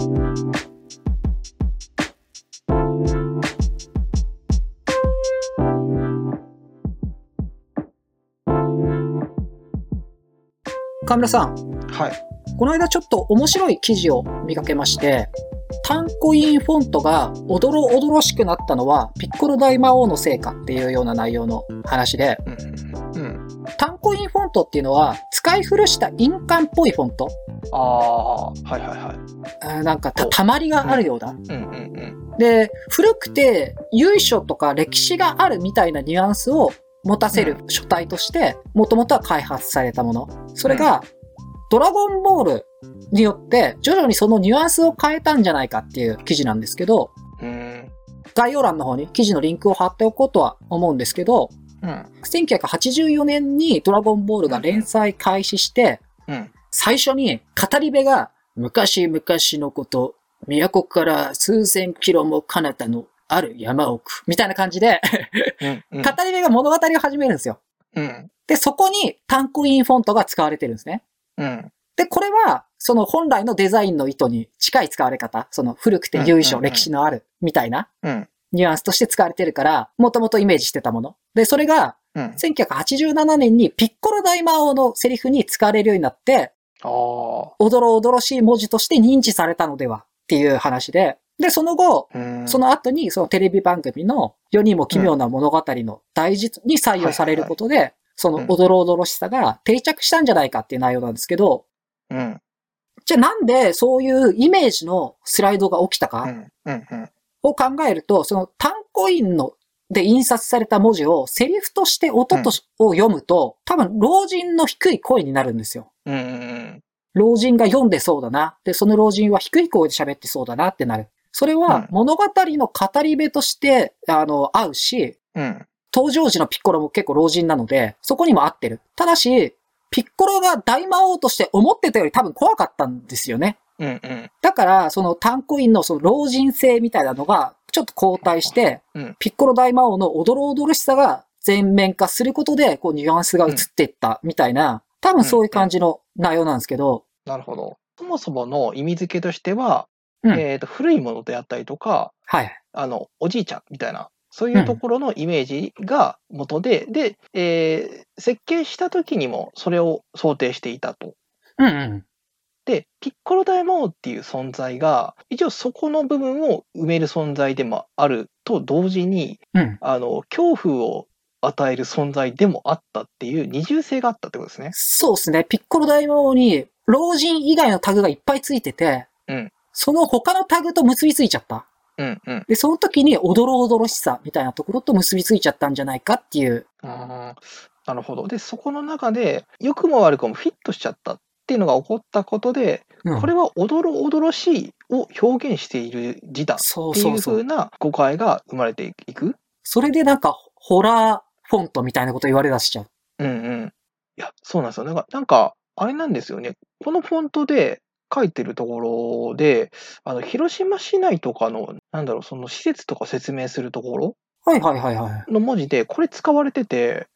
河村さん、 はい。 この間ちょっと面白い記事を見かけまして、タンコインフォントがおどろおどろしくなったのはピッコロ大魔王のせいかっていうような内容の話で、タンコインフォントっていうのは使い古した印鑑っぽいフォント。 ああ、はいはいはい。 なんかたまりがあるようだ。 うん。 で、古くて由緒とか歴史があるみたいなニュアンスを持たせる書体として、もともとは開発されたもの。それが、ドラゴンボールによって徐々にそのニュアンスを変えたんじゃないかっていう記事なんですけど、概要欄の方に記事のリンクを貼っておこうとは思うんですけど、1984年にドラゴンボールが連載開始して、最初に語り部が昔々のこと、都から数千キロも彼方のある山奥みたいな感じで語り部が物語を始めるんですよ。で、そこにタンコインフォントが使われてるんですね。で、これは、その本来のデザインの意図に近い使われ方、その古くて由緒、歴史のあるみたいなニュアンスとして使われてるから、もともとイメージしてたもの。で、それが、1987年にピッコロ大魔王のセリフに使われるようになって、おどろおどろしい文字として認知されたのではっていう話で、で、その後、その後にそのテレビ番組の世にも奇妙な物語の大事に採用されることで、そのおどろおどろしさが定着したんじゃないかっていう内容なんですけど、じゃあなんでそういうイメージのスライドが起きたかを考えると、そのタンコインので印刷された文字をセリフとして音を読むと、多分老人の低い声になるんですよ。老人が読んでそうだな。で、その老人は低い声で喋ってそうだなってなる。それは物語の語り部として合うし、登場時のピッコロも結構老人なので、そこにも合ってる。ただし、ピッコロが大魔王として思ってたより多分怖かったんですよね。だから、そのタンコインのその老人性みたいなのがちょっと後退して、ピッコロ大魔王のおどろおどろしさが全面化することで、こうニュアンスが移っていったみたいな、多分そういう感じの内容なんですけど。 なるほど。そもそもの意味付けとしては、古いものであったりとか、おじいちゃんみたいな、そういうところのイメージが元で、設計した時にもそれを想定していたと。で、ピッコロ大魔王っていう存在が、一応そこの部分を埋める存在でもあると同時に、恐怖を与える存在でもあったっていう二重性があったってことですね。 そうですね。ピッコロ大魔王に老人以外のタグがいっぱいついてて、その他のタグと結びついちゃった。で、その時におどろおどろしさみたいなところと結びついちゃったんじゃないかっていう。 なるほど。で、そこの中で、良くも悪くもフィットしちゃったっていうのが起こったことで、これはおどろおどろしいを表現している字だっていう風な誤解が生まれていく。 それでなんか、ホラーフォントみたいなこと言われ出しちゃう。 いや、そうなんですよ。なんか、あれなんですよね。このフォントで書いてるところで、広島市内とかの、その施設とか説明するところの文字で、これ使われてて、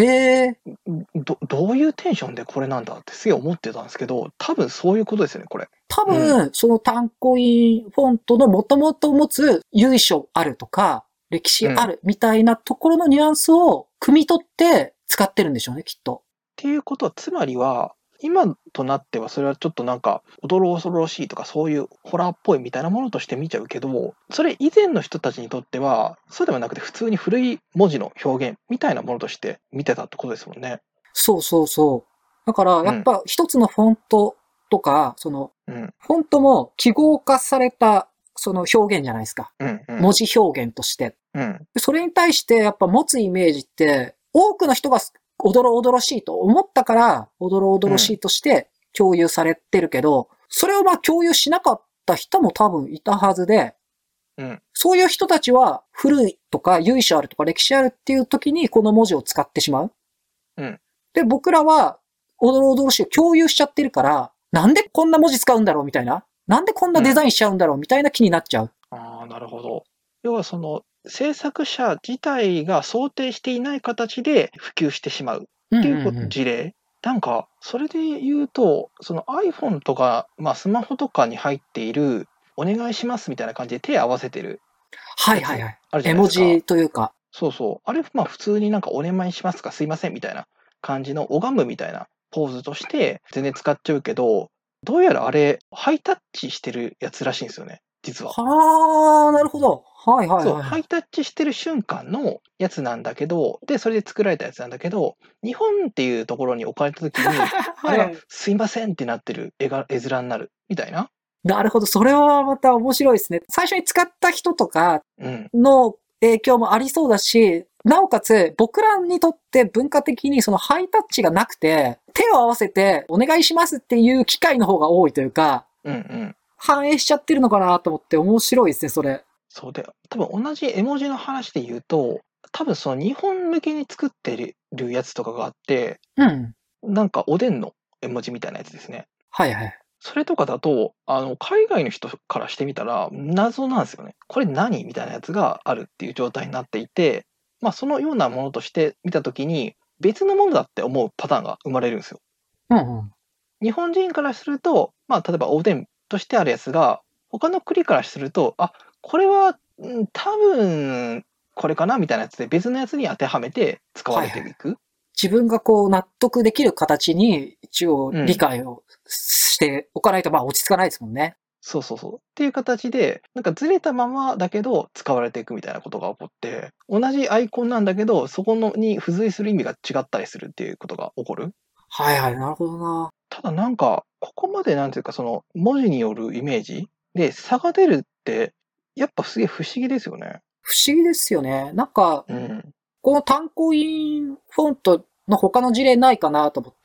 どういうテンションでこれなんだってすげえ思ってたんですけど、多分そういうことですよね、これ。 多分、そのタンコインフォントの元々持つ由緒あるとか、歴史あるみたいなところのニュアンスを汲み取って使ってるんでしょうね、きっと。 っていうことは、つまりは、今となってはそれはちょっとなんか、おろ恐ろしいとかそういうホラーっぽいみたいなものとして見ちゃうけど、それ以前の人たちにとっては、そうではなくて普通に古い文字の表現みたいなものとして見てたってことですもんね。 そう。だから、やっぱ一つのフォントとか、その、フォントも記号化されたその表現じゃないですか。文字表現として。それに対してやっぱ持つイメージって、多くの人がおどろおどろしいと思ったから、おどろおどろしいとして共有されてるけど、それを共有しなかった人も多分いたはずで、そういう人たちは古いとか由緒あるとか歴史あるっていう時にこの文字を使ってしまう。で、僕らはおどろおどろしいを共有しちゃってるから、なんでこんな文字使うんだろうみたいな。なんでこんなデザインしちゃうんだろうみたいな気になっちゃう。 なるほど。要はその制作者自体が想定していない形で普及してしまうっていう事例。なんか、それで言うと、その iPhone とか、スマホとかに入っているお願いしますみたいな感じで手合わせてる。 はいはいはい。 あるじゃないですか。 絵文字というか。 そうそう。あれ、まあ普通になんかお願いしますかすいませんみたいな感じの拝むみたいなポーズとして全然使っちゃうけど、どうやらあれ、ハイタッチしてるやつらしいんですよね、実は。 はあ、なるほど。はいはいはい。 そう、ハイタッチしてる瞬間のやつなんだけど、で、それで作られたやつなんだけど、日本っていうところに置かれた時に、あれはすいませんってなってる絵面になるみたいな。 なるほど。それはまた面白いですね。最初に使った人とかの影響もありそうだし、なおかつ僕らにとって文化的にそのハイタッチがなくて、手を合わせてお願いしますっていう機会の方が多いというか、反映しちゃってるのかなと思って面白いですね、それ。 そうで、多分同じ絵文字の話で言うと、多分その日本向けに作ってるやつとかがあって、なんかおでんの絵文字みたいなやつですね。 はいはい。 それとかだと、海外の人からしてみたら謎なんですよね。これ何みたいなやつがあるっていう状態になっていて、まあそのようなものとして見たときに、別のものだって思うパターンが生まれるんですよ。日本人からすると、まあ例えばおでんとしてあるやつが、他の国からすると、あ、これは、多分、これかなみたいなやつで別のやつに当てはめて使われていく。 自分がこう納得できる形に一応理解をしておかないとまあ落ち着かないですもんね。 そうそうそう。っていう形で、なんかずれたままだけど使われていくみたいなことが起こって、同じアイコンなんだけど、そこのに付随する意味が違ったりするっていうことが起こる。 はいはい、なるほどな。 ただなんか、ここまでなんていうかその文字によるイメージで差が出るって、やっぱすげえ不思議ですよね。 不思議ですよね。なんか、この単行印フォントの他の事例ないかなと思って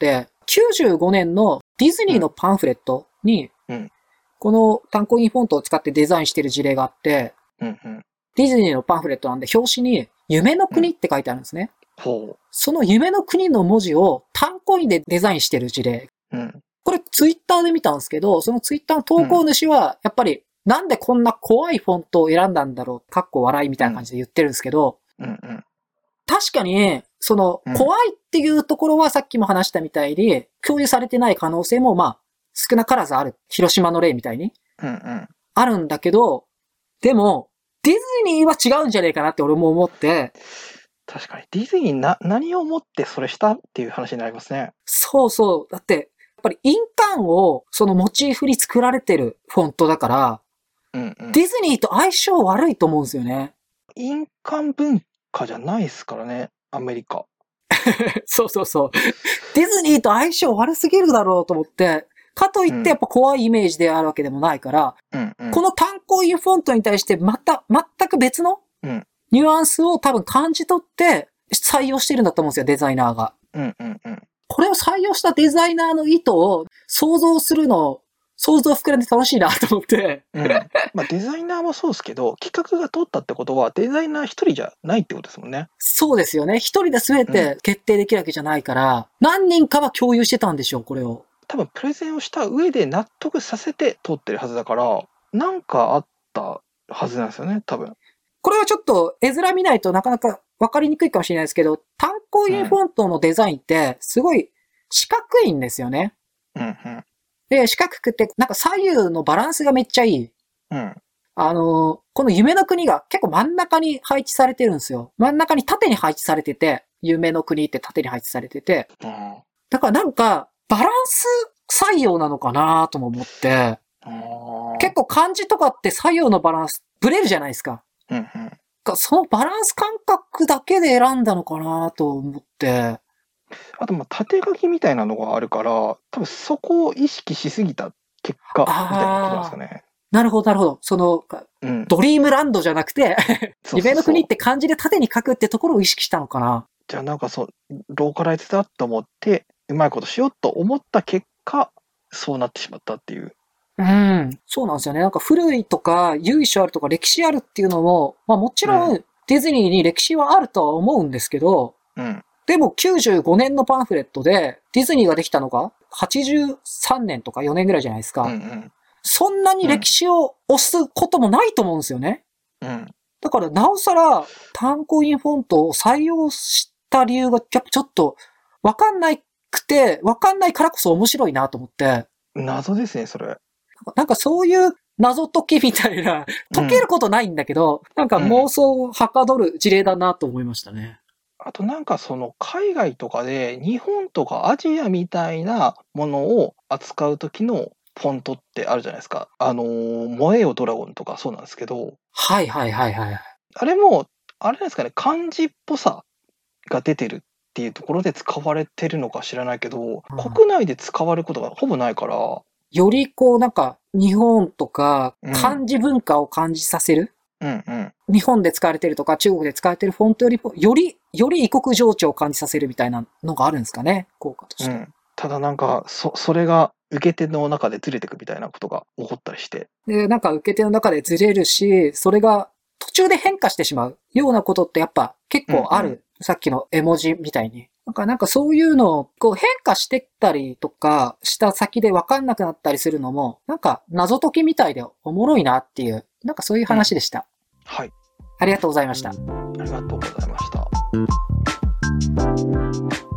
、95年のディズニーのパンフレットに、この単行印フォントを使ってデザインしてる事例があって、ディズニーのパンフレットなんで表紙に夢の国って書いてあるんですね。その夢の国の文字を単行印でデザインしてる事例。これツイッターで見たんですけど、そのツイッターの投稿主は、やっぱりなんでこんな怖いフォントを選んだんだろう、かっこ笑いみたいな感じで言ってるんですけど、確かに、その、怖いっていうところはさっきも話したみたいに、共有されてない可能性もまあ、少なからずある。広島の例みたいに。あるんだけど、でも、ディズニーは違うんじゃねえかなって俺も思って。 確かに、ディズニー何をもってそれしたっていう話になりますね。 そうそう。だって、やっぱり印鑑をそのモチーフに作られてるフォントだから、ディズニーと相性悪いと思うんですよね。 印鑑文化じゃないですからね、アメリカ。 そうそうそう。ディズニーと相性悪すぎるだろうと思って、かといってやっぱ怖いイメージであるわけでもないから、この単行印フォントに対して全く別のニュアンスを多分感じ取って採用してるんだと思うんですよ、デザイナーが。これを採用したデザイナーの意図を想像膨らんで楽しいなと思って。 まあデザイナーもそうですけど、企画が通ったってことはデザイナー一人じゃないってことですもんね。 そうですよね。一人で全て決定できるわけじゃないから、何人かは共有してたんでしょう、これを。 多分プレゼンをした上で納得させて通ってるはずだから、なんかあったはずなんですよね、多分。 これはちょっと絵面見ないとなかなか分かりにくいかもしれないですけど、単行印フォントのデザインってすごい四角いんですよね。で、四角くて、なんか左右のバランスがめっちゃいい。この夢の国が結構真ん中に配置されてるんですよ。真ん中に縦に配置されてて、夢の国って縦に配置されてて。だからなんか、バランス採用なのかなとも思って、結構漢字とかって左右のバランスブレるじゃないですか。そのバランス感覚だけで選んだのかなと思って。 あと、縦書きみたいなのがあるから、多分そこを意識しすぎた結果、みたいなことなんですかね。 なるほど、なるほど。その、ドリームランドじゃなくて、夢の国って漢字で縦に書くってところを意識したのかな。 じゃあなんかローカライズだと思って、うまいことしようと思った結果、そうなってしまったっていう。 そうなんですよね。なんか古いとか、由緒あるとか、歴史あるっていうのも、まあもちろん、ディズニーに歴史はあるとは思うんですけど、でも95年のパンフレットで、ディズニーができたのが83年とか4年ぐらいじゃないですか。そんなに歴史を押すこともないと思うんですよね。だからなおさら単行印フォントを採用した理由がやっぱちょっとわかんないからこそ面白いなと思って。 謎ですね、それ。 なんかそういう謎解きみたいな、解けることないんだけど、なんか妄想をはかどる事例だなと思いましたね。 あとなんかその海外とかで日本とかアジアみたいなものを扱う時のフォントってあるじゃないですか。燃えよドラゴンとかそうなんですけど。 はいはいはいはい。 あれも、あれなんですかね、漢字っぽさが出てるっていうところで使われてるのか知らないけど、国内で使われることがほぼないから。 よりこうなんか日本とか漢字文化を感じさせる。 うんうん。 日本で使われてるとか中国で使われてるフォントより異国情緒を感じさせるみたいなのがあるんですかね、効果として。 ただなんか、それが受け手の中でずれてくみたいなことが起こったりして。 で、なんか受け手の中でずれるし、それが途中で変化してしまうようなことってやっぱ結構ある。さっきの絵文字みたいに。なんかそういうのをこう変化してったりとかした先で分かんなくなったりするのも、なんか謎解きみたいでおもろいなっていう、なんかそういう話でした。 はい。 ありがとうございました。 ありがとうございました。